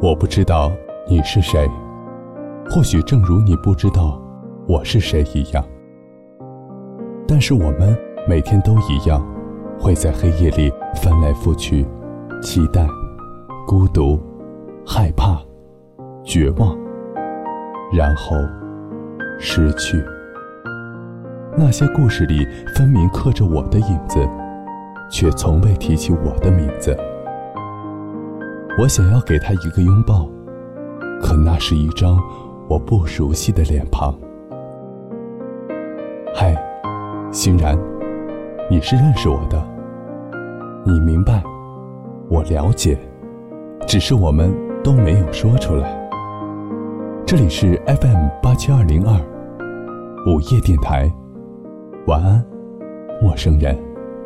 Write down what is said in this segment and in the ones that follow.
我不知道你是谁，或许正如你不知道我是谁一样，但是我们每天都一样，会在黑夜里翻来覆去，期待、孤独、害怕、绝望，然后失去。那些故事里分明刻着我的影子，却从未提起我的名字。我想要给他一个拥抱，可那是一张我不熟悉的脸庞。嗨，欣然，你是认识我的，你明白，我了解，只是我们都没有说出来。这里是 FM87202 午夜电台，晚安，陌生人。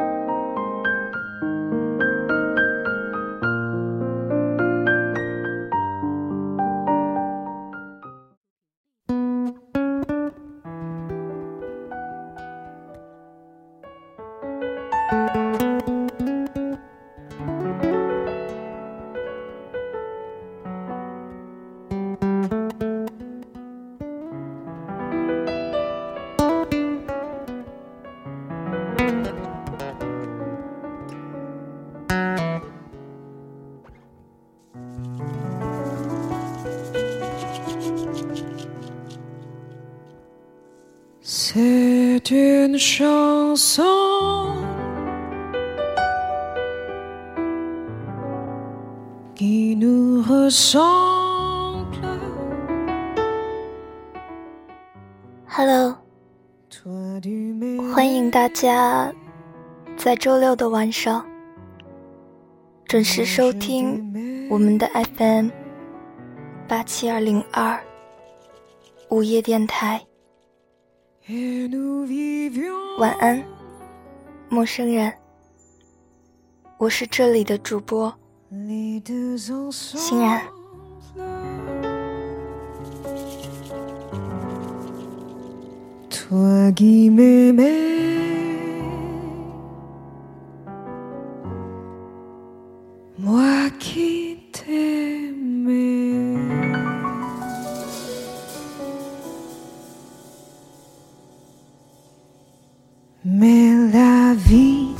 C'est une chanson qui nous ressemble. Hello， 欢迎大家在周六的晚上准时收听我们的 FM87202 午夜电台。晚安，陌生人，我是这里的主播欣然。 Toi qui m'aimais, moi qui t'aimais. Mais la vie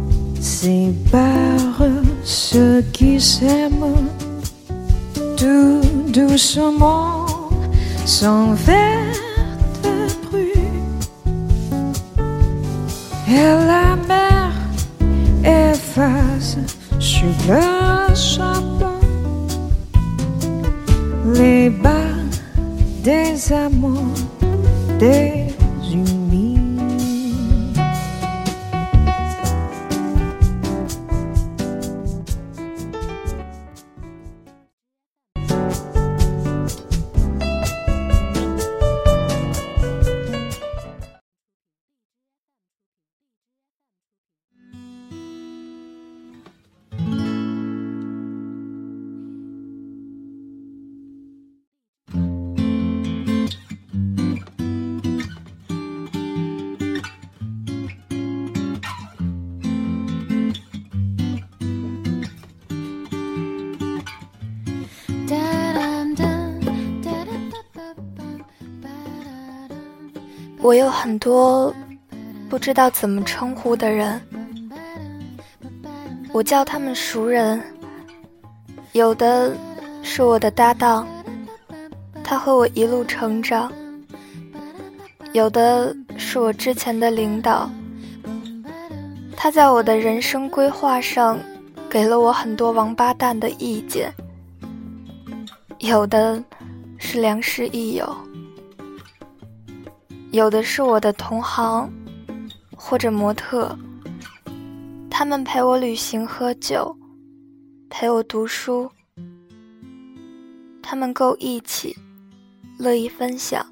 sépare ceux qui s'aiment tout doucement, sans verte bruit. Et la mer efface sur le sable les bas des amours désunis. 我有很多不知道怎么称呼的人，我叫他们熟人。有的是我的搭档，他和我一路成长；有的是我之前的领导，他在我的人生规划上给了我很多王八蛋的意见；有的是良师益友，有的是我的同行或者模特，他们陪我旅行喝酒，陪我读书，他们够义气，乐意分享。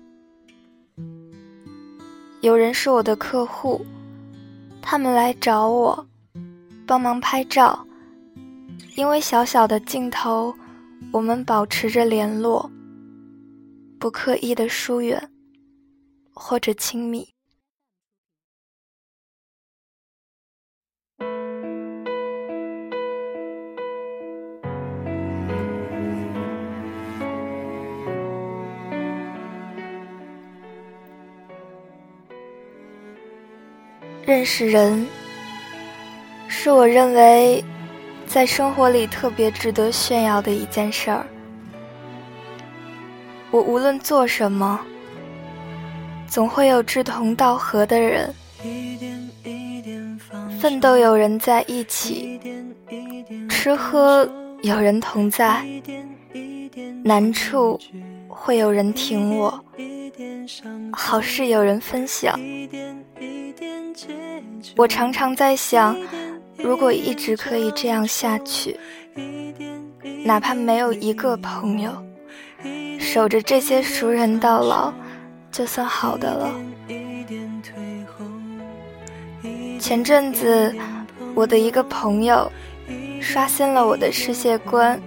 有人是我的客户，他们来找我帮忙拍照，因为小小的镜头，我们保持着联络，不刻意的疏远或者亲密。 认识人，是我认为在生活里特别值得炫耀的一件事儿。我无论做什么，总会有志同道合的人，奋斗有人在一起，吃喝有人同在，难处会有人挺我，好事有人分享。我常常在想，如果一直可以这样下去，哪怕没有一个朋友，守着这些熟人到老，就算好的了。前阵子，我的一个朋友刷新了我的世界观，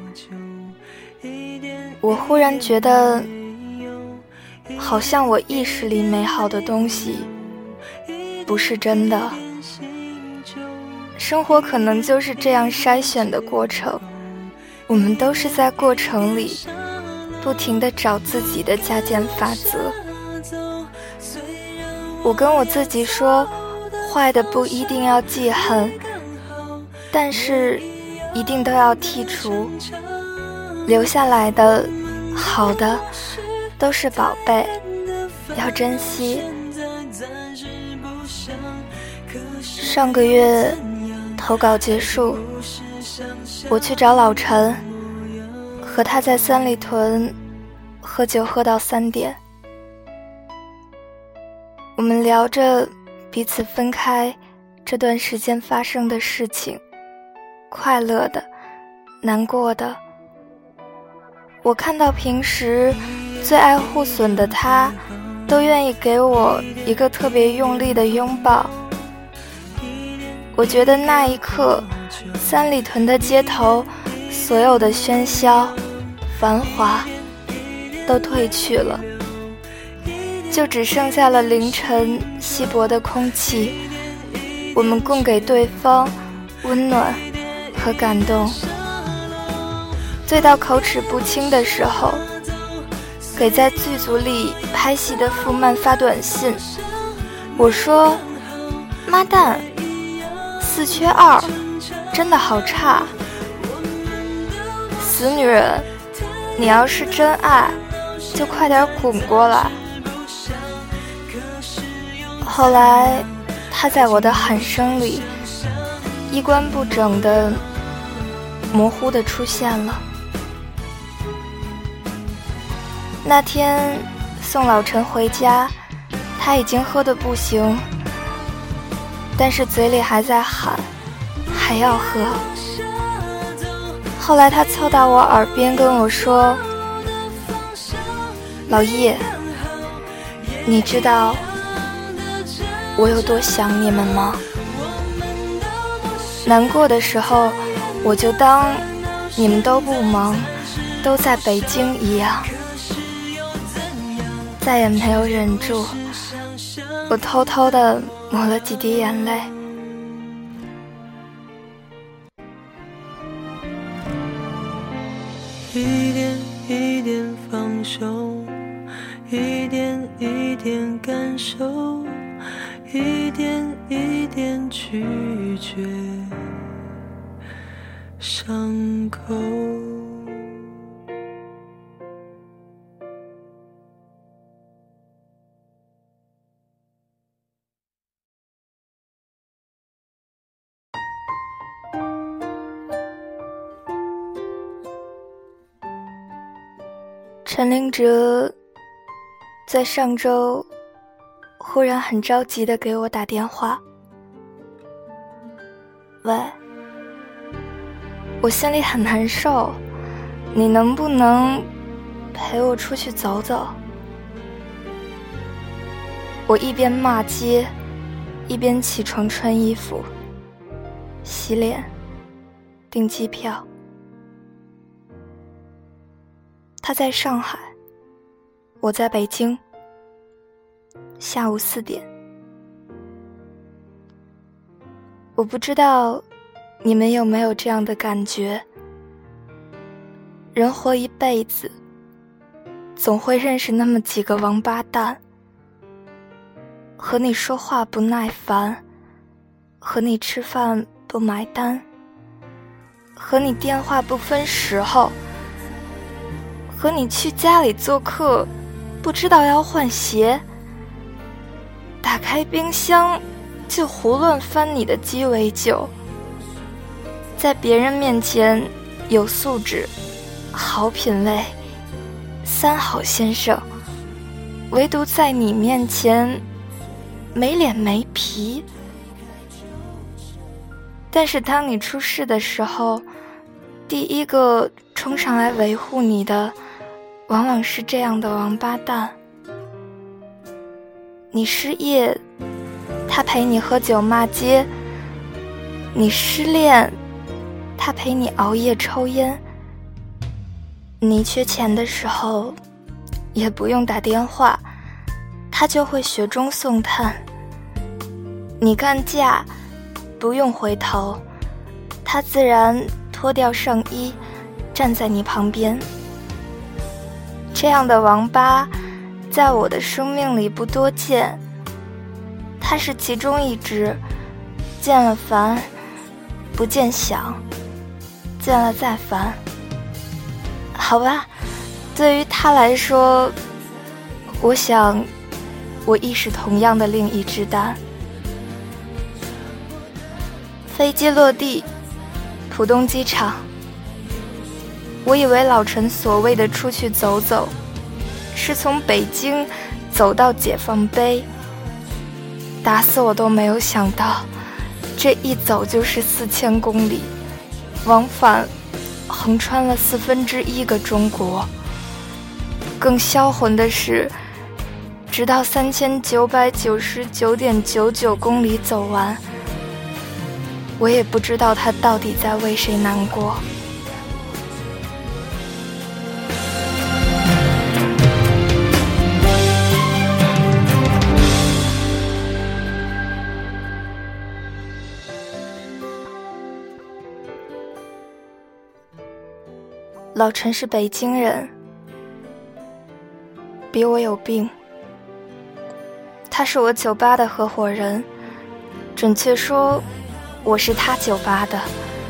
我忽然觉得，好像我意识里美好的东西不是真的。生活可能就是这样筛选的过程，我们都是在过程里不停地找自己的加减法则。我跟我自己说，坏的不一定要记恨，但是一定都要剔除，留下来的好的都是宝贝，要珍惜。上个月投稿结束，我去找老陈，和他在三里屯喝酒喝到3点。我们聊着彼此分开这段时间发生的事情，快乐的，难过的。我看到平时最爱护损的他，都愿意给我一个特别用力的拥抱。我觉得那一刻，三里屯的街头，所有的喧嚣、繁华都褪去了，就只剩下了凌晨稀薄的空气。我们供给对方温暖和感动。醉到口齿不清的时候，给在剧组里拍戏的傅曼发短信，我说：妈蛋，4缺2，真的好差。死女人，你要是真爱，就快点滚过来。后来，他在我的喊声里，衣冠不整的、模糊的出现了。那天送老陈回家，他已经喝得不行，但是嘴里还在喊还要喝。后来他凑到我耳边跟我说：老叶，你知道我有多想你们吗？难过的时候，我就当你们都不忙，都在北京一样。再也没有忍住，我偷偷地抹了几滴眼泪。 一点一点放手，一点一点感受，一点一点拒绝伤口。 陈凌哲在上周忽然很着急地给我打电话。喂，我心里很难受，你能不能陪我出去走走？我一边骂街，一边起床穿衣服、洗脸、订机票。他在上海，我在北京。下午4点。我不知道你们有没有这样的感觉，人活一辈子，总会认识那么几个王八蛋，和你说话不耐烦， 和你吃饭不买单，和你电话不分时候，和你去家里做客不知道要换鞋，打开冰箱就胡乱翻你的鸡尾酒，在别人面前有素质、好品味、三好先生，唯独在你面前没脸没皮。但是当你出事的时候，第一个冲上来维护你的往往是这样的王八蛋。你失业，他陪你喝酒骂街；你失恋，他陪你熬夜抽烟；你缺钱的时候也不用打电话，他就会雪中送炭；你干架不用回头，他自然脱掉上衣站在你旁边。这样的王八在我的生命里不多见，他是其中一只，见了烦，不见想，见了再烦。好吧，对于他来说，我想我亦是同样的另一只蛋。飞机落地，浦东机场。我以为老陈所谓的出去走走，是从北京走到解放碑，打死我都没有想到，这一走就是4000公里，往返横穿了1/4个中国。更销魂的是，直到3999.99公里走完，我也不知道他到底在为谁难过。老陈是北京人，比我有病。他是我酒吧的合伙人，准确说我是他酒吧的。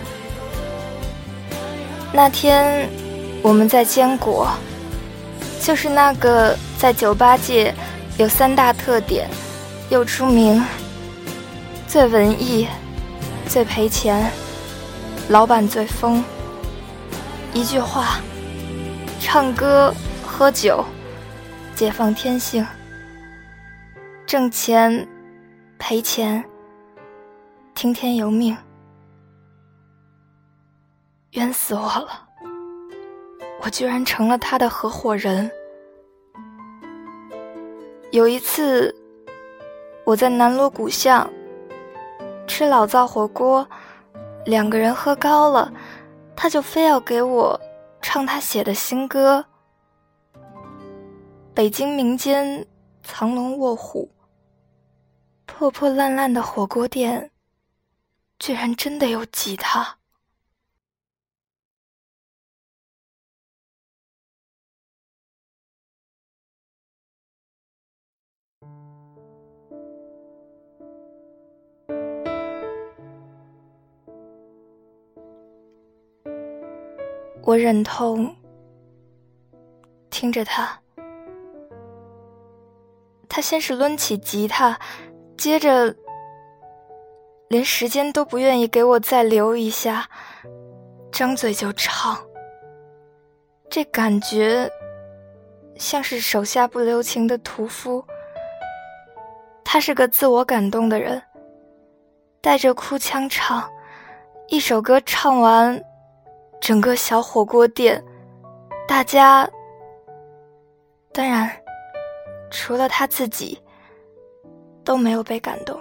那天我们在坚果，就是那个在酒吧界有3大特点，又出名，最文艺，最赔钱，老板最疯。一句话，唱歌喝酒，解放天性，挣钱赔钱，听天由命。冤死我了，我居然成了他的合伙人。有一次我在南锣鼓巷吃老灶火锅，2个人喝高了，他就非要给我唱他写的新歌。北京民间藏龙卧虎，破破烂烂的火锅店居然真的有吉他。我忍痛听着他先是抡起吉他，接着连时间都不愿意给我再留一下，张嘴就唱。这感觉像是手下不留情的屠夫。他是个自我感动的人，带着哭腔唱，一首歌唱完，整个小火锅店，大家，当然除了他自己，都没有被感动。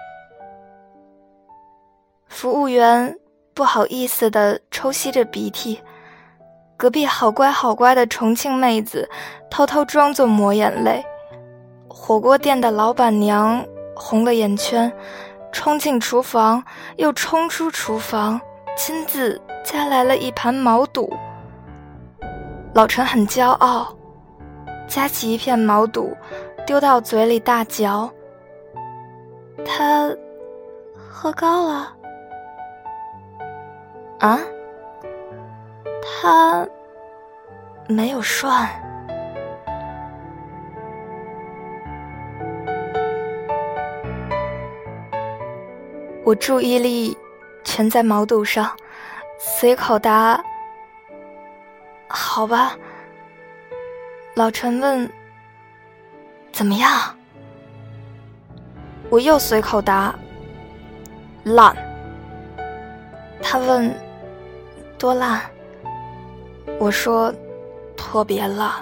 服务员不好意思地抽吸着鼻涕，隔壁好乖好乖的重庆妹子偷偷装作抹眼泪，火锅店的老板娘红了眼圈，冲进厨房又冲出厨房，亲自夹来了一盘毛肚。老陈很骄傲，夹起一片毛肚丢到嘴里大嚼。他喝高了。啊？他没有涮。我注意力全在毛肚上，随口答：好吧。老陈问：怎么样？我又随口答：烂。他问：多烂？我说：特别烂。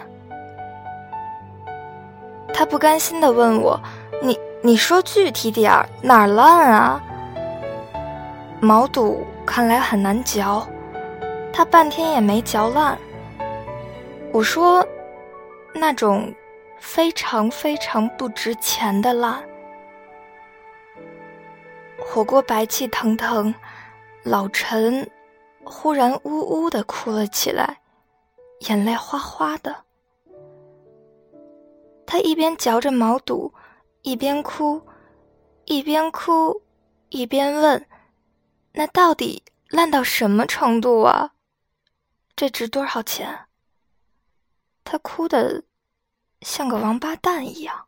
他不甘心地问我：你说具体点儿，哪儿烂啊？毛肚看来很难嚼，他半天也没嚼烂。我说：那种非常非常不值钱的烂。火锅白气腾腾，老陈忽然呜呜地哭了起来，眼泪哗哗的。他一边嚼着毛肚，一边哭，一边问：那到底烂到什么程度啊？这值多少钱？他哭得像个王八蛋一样。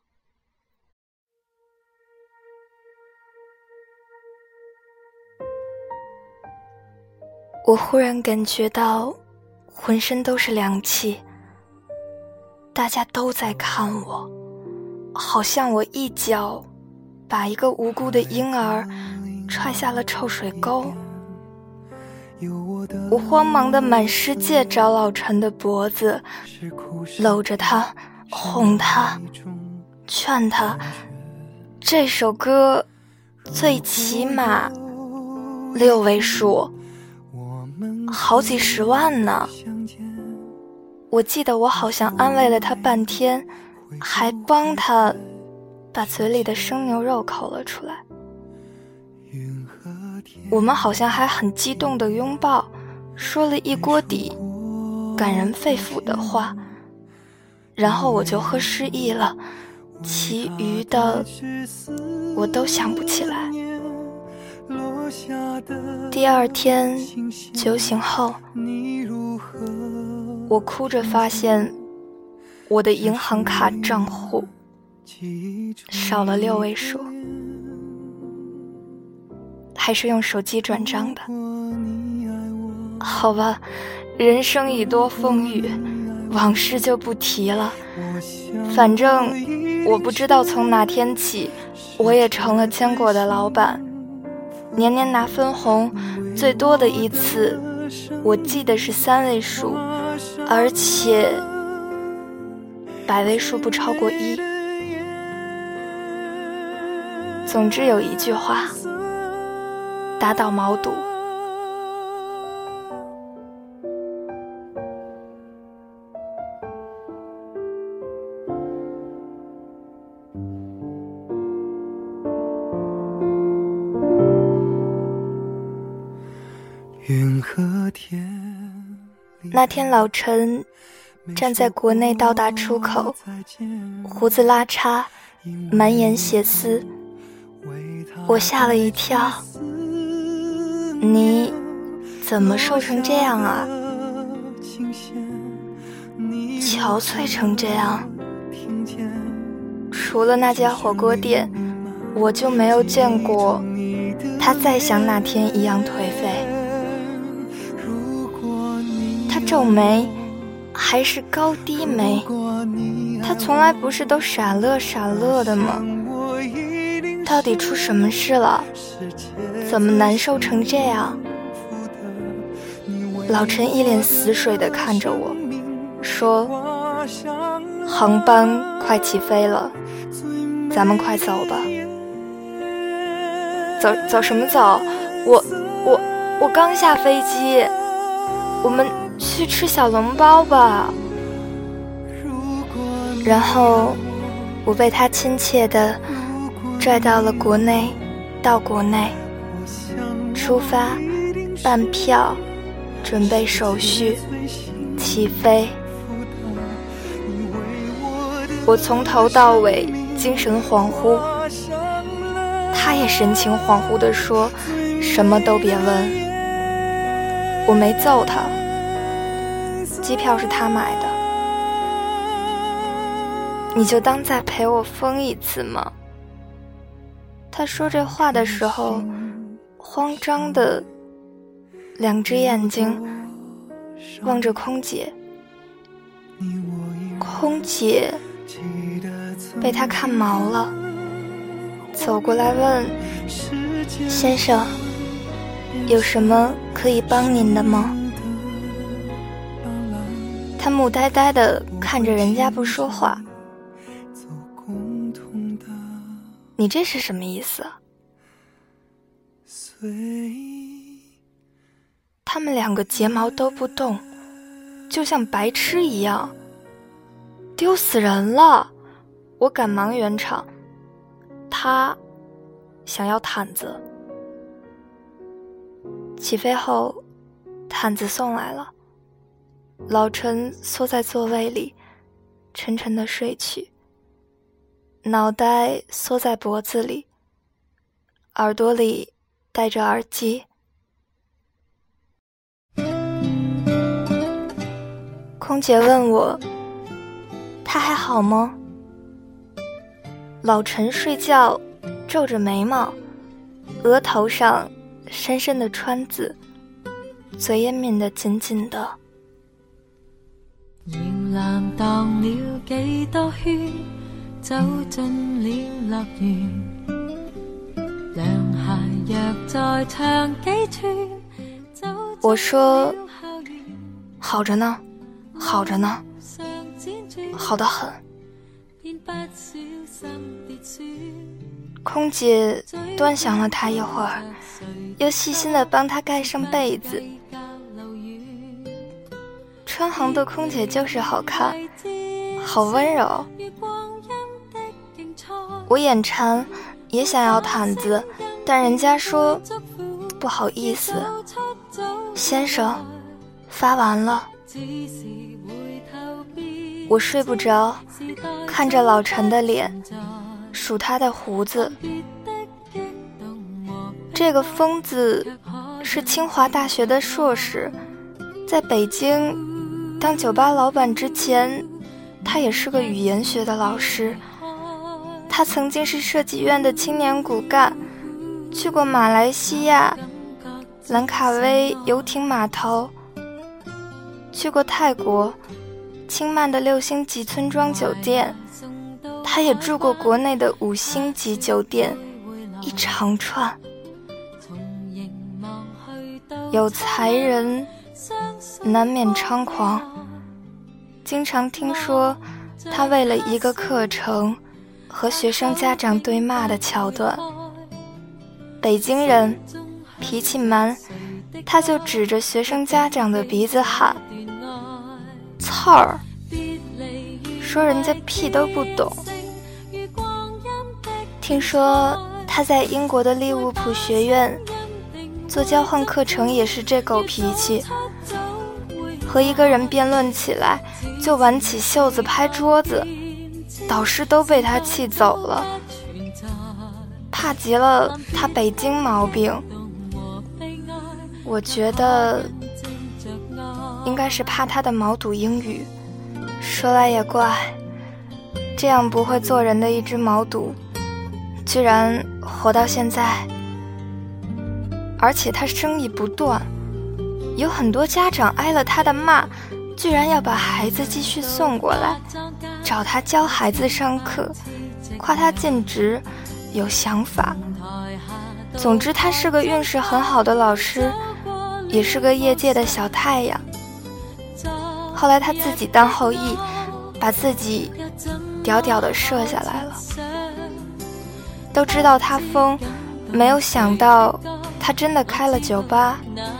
我忽然感觉到浑身都是凉气，大家都在看我，好像我一脚把一个无辜的婴儿踹下了臭水沟。我慌忙地满世界找老陈的脖子，搂着他，哄他，劝他，这首歌最起码6位数，好几10万呢。我记得我好像安慰了他半天，还帮他把嘴里的生牛肉口了出来。我们好像还很激动地拥抱，说了一锅底感人肺腑的话，然后我就喝失忆了，其余的我都想不起来。第二天酒醒后，我哭着发现我的银行卡账户少了6位数，还是用手机转账的。好吧，人生已多风雨，往事就不提了。反正我不知道从哪天起，我也成了坚果的老板，年年拿分红，最多的一次我记得是3位数，而且100位数不超过1。总之有一句话，打倒毛肚。那天老陈站在国内到达出口，胡子拉碴，满眼血丝，我吓了一跳。你怎么瘦成这样啊？憔悴成这样。除了那家火锅店，我就没有见过他再像那天一样颓废。他皱眉，还是高低眉，他从来不是都傻乐傻乐的吗？到底出什么事了？怎么难受成这样？老陈一脸死水地看着我，说：航班快起飞了，咱们快走吧。走什么走？我刚下飞机，我们去吃小笼包吧。然后我被他亲切地拽到了国内，到国内出发，办票，准备手续，起飞。我从头到尾精神恍惚， 他也神情恍惚地说，什么都别问。我没揍他，机票是他买的，你就当再陪我疯一次嘛。他说这话的时候，慌张的两只眼睛望着空姐，空姐被他看毛了，走过来问，先生，有什么可以帮您的吗？他木呆呆地看着人家不说话。你这是什么意思？他们两个睫毛都不动，就像白痴一样。丢死人了！我赶忙圆场，他想要毯子。起飞后，毯子送来了，老陈缩在座位里，沉沉地睡去，脑袋缩在脖子里，耳朵里戴着耳机。空姐问我，他还好吗？老陈睡觉皱着眉毛，额头上深深的川字，嘴也抿得紧紧的。 搖篮荡了几多圈，走进了乐园，凉鞋若再唱几串。 我说，好着呢，好着呢，好得很。空姐端详了他一会儿，又细心地帮他盖上被子。川航的空姐就是好看，好温柔。我眼馋，也想要毯子，但人家说不好意思。先生，发完了。我睡不着，看着老陈的脸，数他的胡子。这个疯子是清华大学的硕士，在北京当酒吧老板之前，他也是个语言学的老师。他曾经是设计院的青年骨干，去过马来西亚兰卡威游艇码头，去过泰国清迈的6星级村庄酒店，他也住过国内的5星级酒店，一长串。有才人难免猖狂，经常听说他为了一个课程和学生家长对骂的桥段。北京人脾气蛮，他就指着学生家长的鼻子喊刺儿，说人家屁都不懂。听说他在英国的利物浦学院做交换课程也是这狗脾气，和一个人辩论起来就挽起袖子拍桌子，导师都被他气走了，怕极了他北京毛病。我觉得应该是怕他的毛肚英语。说来也怪，这样不会做人的一只毛肚居然活到现在。而且他生意不断，有很多家长挨了他的骂，居然要把孩子继续送过来，找他教孩子上课，夸他尽职有想法。总之他是个运势很好的老师，也是个业界的小太阳。后来他自己当后羿，把自己屌屌的射下来了。都知道他疯，没有想到他真的开了酒吧。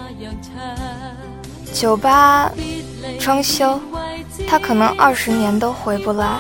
酒吧装修，他可能20年都回不来。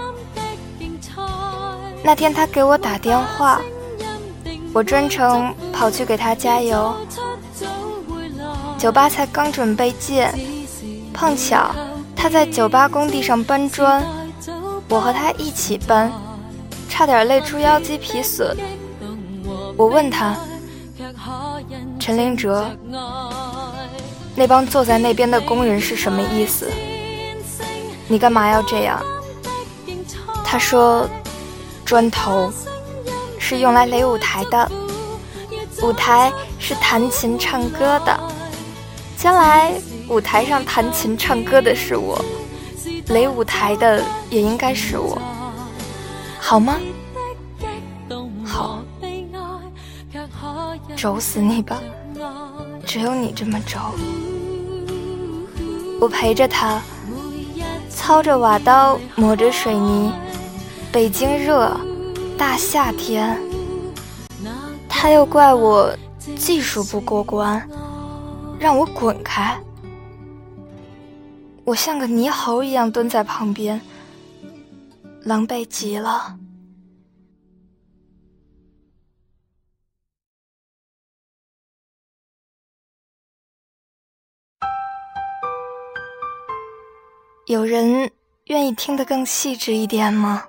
那天他给我打电话，我专程跑去给他加油。酒吧才刚准备建，碰巧他在酒吧工地上搬砖，我和他一起搬，差点累出腰肌皮损。 我问他，陈林哲，那帮坐在那边的工人是什么意思？你干嘛要这样？他说，砖头是用来垒舞台的，舞台是弹琴唱歌的，将来舞台上弹琴唱歌的是我，垒舞台的也应该是我，好吗？好，轴死你吧，只有你这么轴。我陪着他，操着瓦刀，磨着水泥，北京热，大夏天，他又怪我技术不过关，让我滚开。我像个泥猴一样蹲在旁边，狼狈极了。有人愿意听得更细致一点吗？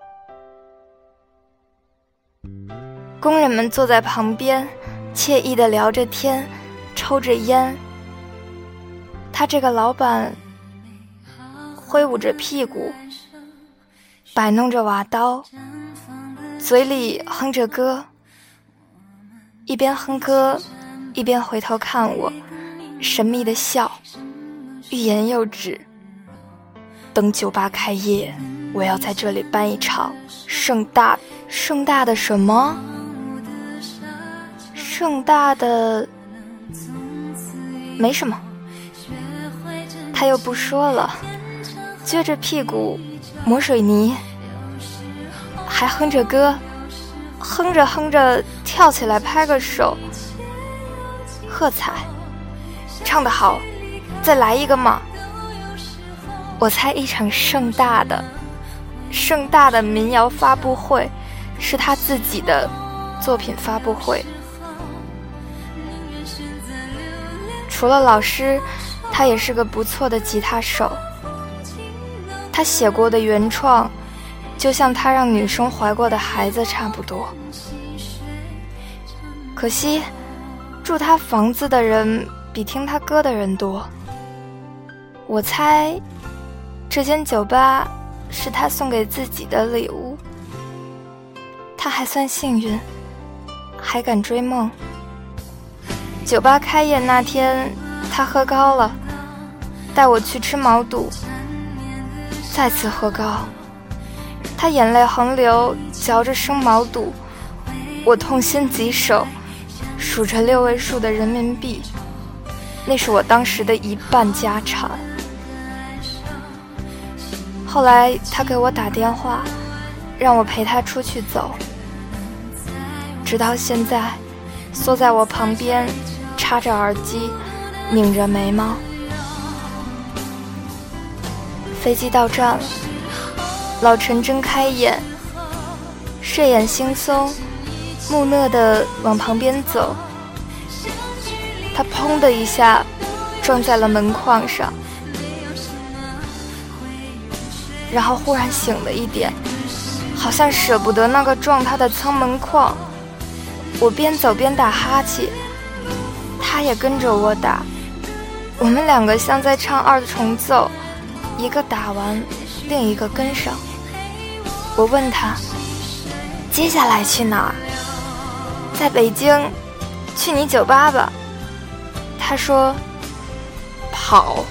工人们坐在旁边，惬意地聊着天，抽着烟。他这个老板挥舞着屁股，摆弄着瓦刀，嘴里哼着歌，一边哼歌一边回头看我，神秘地笑，欲言又止。等酒吧开业，我要在这里办一场盛大的什么？盛大的没什么。他又不说了，撅着屁股磨水泥，还哼着歌，哼着哼着跳起来拍个手，喝彩，唱得好，再来一个嘛。我猜一场盛大的民谣发布会，是他自己的作品发布会。除了老师，他也是个不错的吉他手。他写过的原创，就像他让女生怀过的孩子差不多。可惜，住他房子的人比听他歌的人多。我猜这间酒吧是他送给自己的礼物。他还算幸运，还敢追梦。酒吧开业那天，他喝高了，带我去吃毛肚，再次喝高。他眼泪横流，嚼着生毛肚，我痛心疾首，数着6位数的人民币，那是我当时的1半家产。后来他给我打电话，让我陪他出去走。直到现在，缩在我旁边，插着耳机，拧着眉毛。飞机到站了，老陈睁开眼，睡眼惺忪，木讷地往旁边走。他砰的一下撞在了门框上，然后忽然醒了一点，好像舍不得那个撞他的舱门框。我边走边打哈欠，他也跟着我打，我们2个像在唱2重奏，一个打完，另一个跟上。我问他，接下来去哪儿？在北京，去你酒吧吧。他说，跑。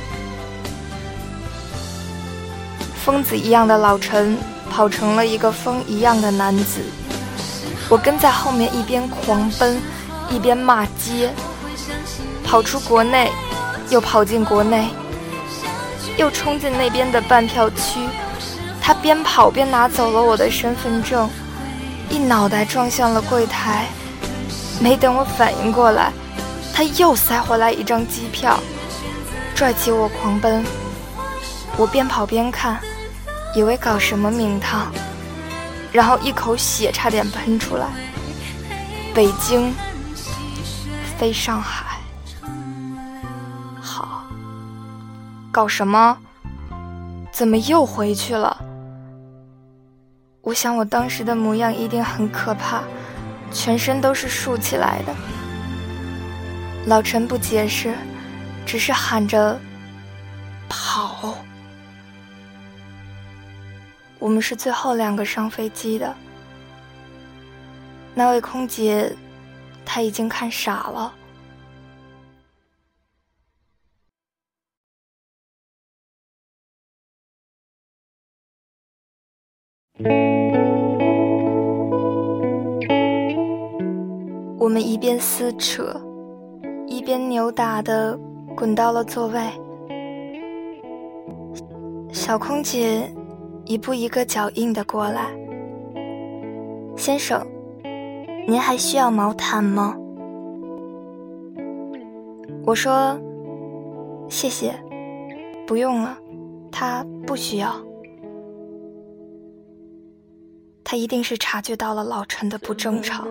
疯子一样的老陈跑成了一个风一样的男子，我跟在后面，一边狂奔一边骂街，跑出国内，又跑进国内，又冲进那边的办票区。他边跑边拿走了我的身份证，一脑袋撞向了柜台。没等我反应过来，他又塞回来一张机票，拽起我狂奔。我边跑边看，以为搞什么名堂，然后一口血差点喷出来。北京飞上海，好，搞什么？怎么又回去了？我想我当时的模样一定很可怕， 全身都是竖起来的。老陈不解释，只是喊着跑。我们是最后2个上飞机的。那位空姐她已经看傻了。我们一边撕扯，一边扭打地滚到了座位。小空姐一步一个脚印地过来。先生，您还需要毛毯吗？我说谢谢，不用了，他不需要。他一定是察觉到了老陈的不正常。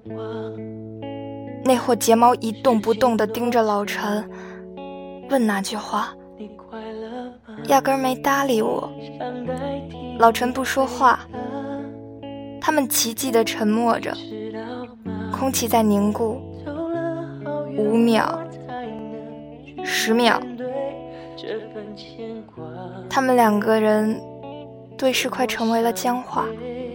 那货睫毛一动不动地盯着老陈，问那句话，压根没搭理我。老陈不说话，他们奇迹地沉默着，空气在凝固。5秒，10秒，他们2个人对视快成为了僵化。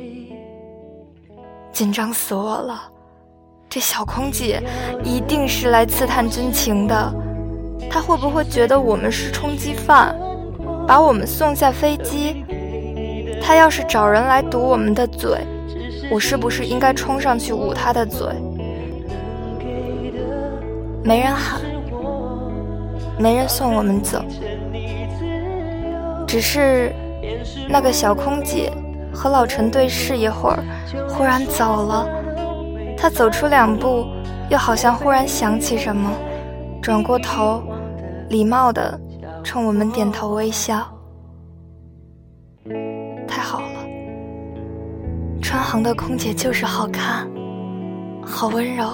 紧张死我了，这小空姐一定是来刺探军情的。她会不会觉得我们是充饥犯，把我们送下飞机？她要是找人来堵我们的嘴，我是不是应该冲上去捂她的嘴？没人喊，没人送我们走，只是那个小空姐和老陈对视一会儿，忽然走了。他走出2步，又好像忽然想起什么，转过头，礼貌地冲我们点头微笑。太好了，川航的空姐就是好看，好温柔。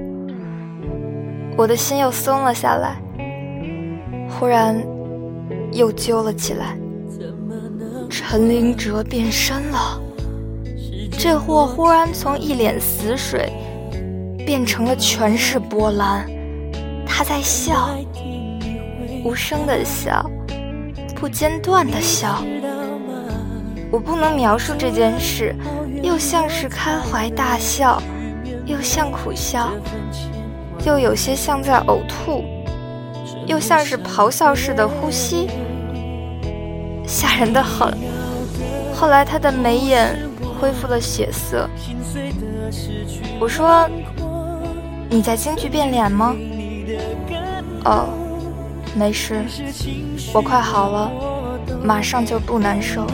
我的心又松了下来，忽然又揪了起来。陈林哲变身了，这货忽然从一脸死水变成了全是波澜。他在笑，无声的笑，不间断的笑。我不能描述这件事，又像是开怀大笑，又像苦笑，又有些像在呕吐，又像是咆哮似的呼吸，吓人的很。后来他的眉眼恢复了血色。我说，你在京剧变脸吗？哦，没事，我快好了，马上就不难受。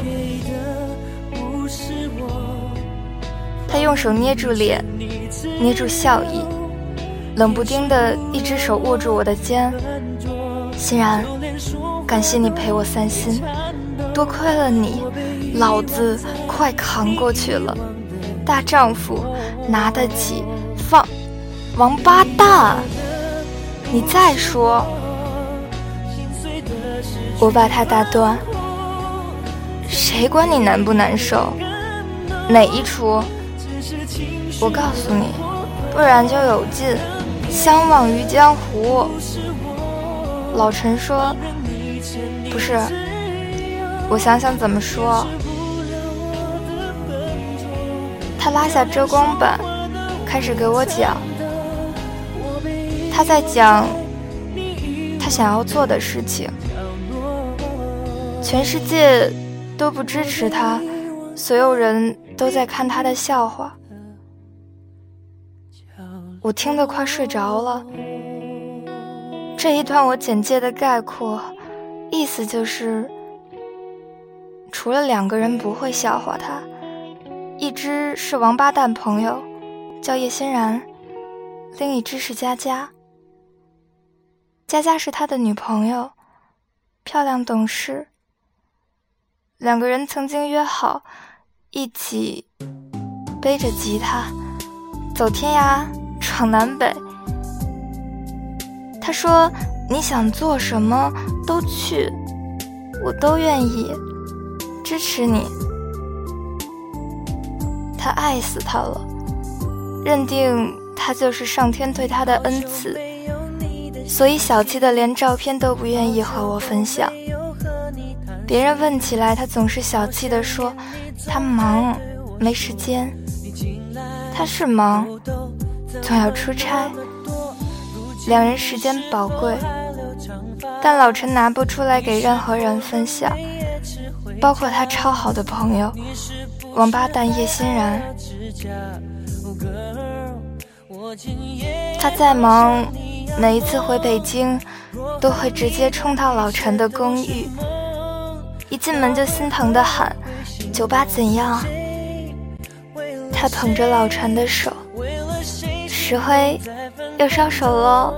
他用手捏住脸，捏住笑意，冷不丁的一只手握住我的肩。欣然，感谢你陪我散心，多亏了你，老子快扛过去了。大丈夫拿得起放，王八蛋！你再说。我把他打断，谁管你难不难受？哪一出？我告诉你，不然就有劲，相忘于江湖。老陈说，不是，我想想怎么说。他拉下遮光板，开始给我讲。他在讲他想要做的事情。全世界都不支持他，所有人都在看他的笑话。我听得快睡着了。这一段我简介的概括，意思就是，除了2个人不会笑话他，一只是王八蛋朋友，叫叶欣然，另一只是佳佳。佳佳是他的女朋友，漂亮懂事。2个人曾经约好一起背着吉他走天涯闯南北。他说，你想做什么都去，我都愿意支持你。他爱死他了， 认定他就是上天对他的恩赐，所以小气的连照片都不愿意和我分享。别人问起来，他总是小气地说他忙没时间。他是忙，总要出差，两人时间宝贵，但老陈拿不出来给任何人分享，包括他超好的朋友王八蛋叶欣然。他再忙，每一次回北京都会直接冲到老陈的公寓，一进门就心疼地喊酒吧怎样。他捧着老陈的手，石灰又烧熟喽。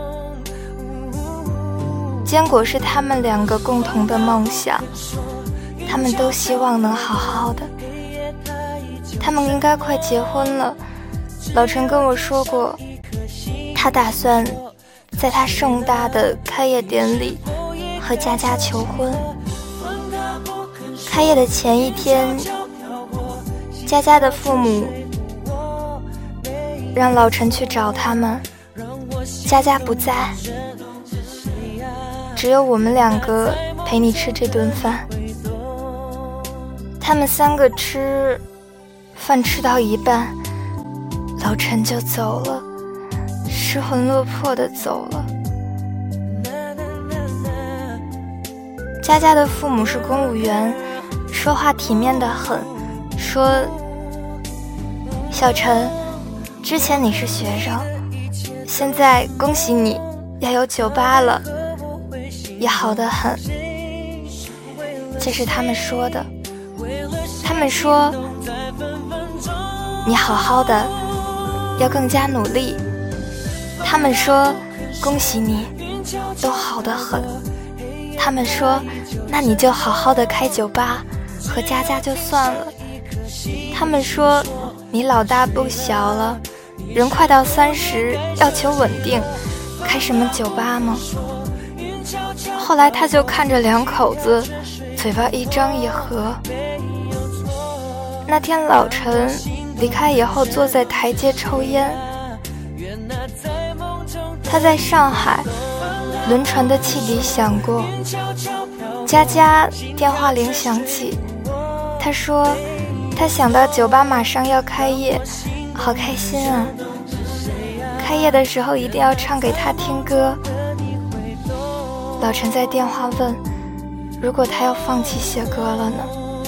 坚果是他们两个共同的梦想，他们都希望能好好的。他们应该快结婚了，老陈跟我说过，他打算在他盛大的开业典礼和佳佳求婚。开业的前一天，佳佳的父母让老陈去找他们，佳佳不在，只有我们两个陪你吃这顿饭。他们三个吃饭吃到一半，老陈就走了，失魂落魄地走了。佳佳的父母是公务员，说话体面得很，说小陈，之前你是学生，现在恭喜你要有酒吧了，也好得很。这是他们说的，他们说你好好的，要更加努力。他们说恭喜你，都好得很。他们说那你就好好的开酒吧，和佳佳就算了。他们说你老大不小了，人快到30，要求稳定，开什么酒吧吗？后来他就看着两口子嘴巴一张一合。那天老陈离开以后，坐在台阶抽烟。他在上海轮船的汽笛响过，佳佳电话铃响起，他说他想到酒吧马上要开业，好开心啊，开业的时候一定要唱给他听歌。老陈在电话问，如果他要放弃写歌了呢？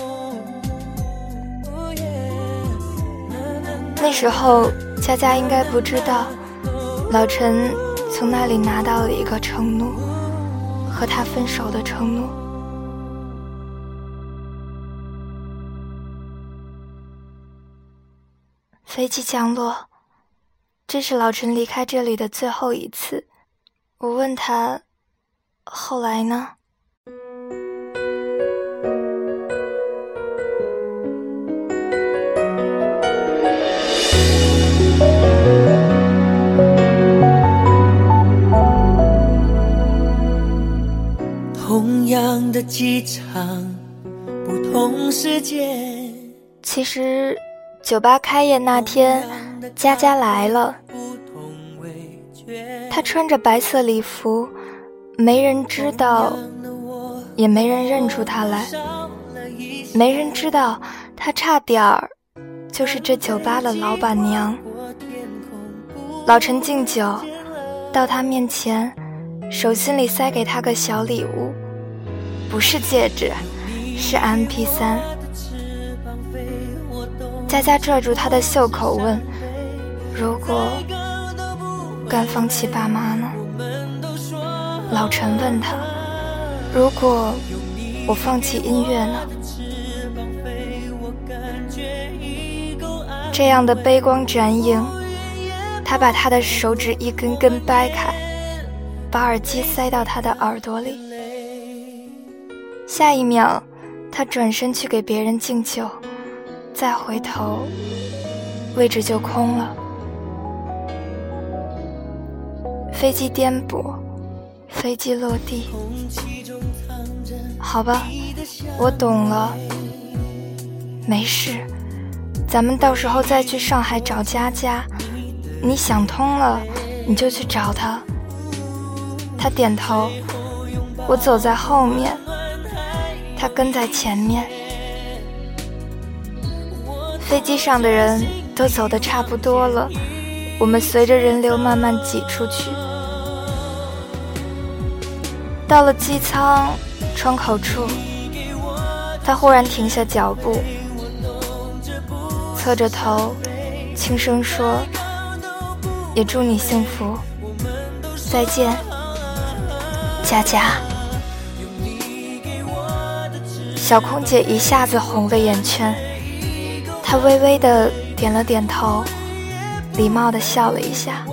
那时候佳佳应该不知道，老陈从那里拿到了一个承诺，和他分手的承诺。飞机降落，这是老陈离开这里的最后一次。我问他，后来呢？ 同样的机场，不同时间。 其实酒吧开业那天，佳佳来了，她穿着白色礼服，没人知道，也没人认出她来，没人知道她差点儿就是这酒吧的老板娘。老陈敬酒到她面前，手心里塞给她个小礼物，不是戒指，是 MP3。佳佳拽住他的袖口问，如果敢放弃爸妈呢？老陈问他，如果我放弃音乐呢？这样的悲光斩影，他把他的手指一根根掰开，把耳机塞到他的耳朵里。下一秒，他转身去给别人敬酒，再回头，位置就空了。飞机颠簸，飞机落地。好吧，我懂了，没事，咱们到时候再去上海找佳佳， 你想通了，你就去找他。他点头，我走在后面，他跟在前面。飞机上的人都走得差不多了，我们随着人流慢慢挤出去。到了机舱窗口处，他忽然停下脚步，侧着头轻声说，也祝你幸福，再见，佳佳。小空姐一下子红了眼圈，她微微地点了点头，礼貌地笑了一下。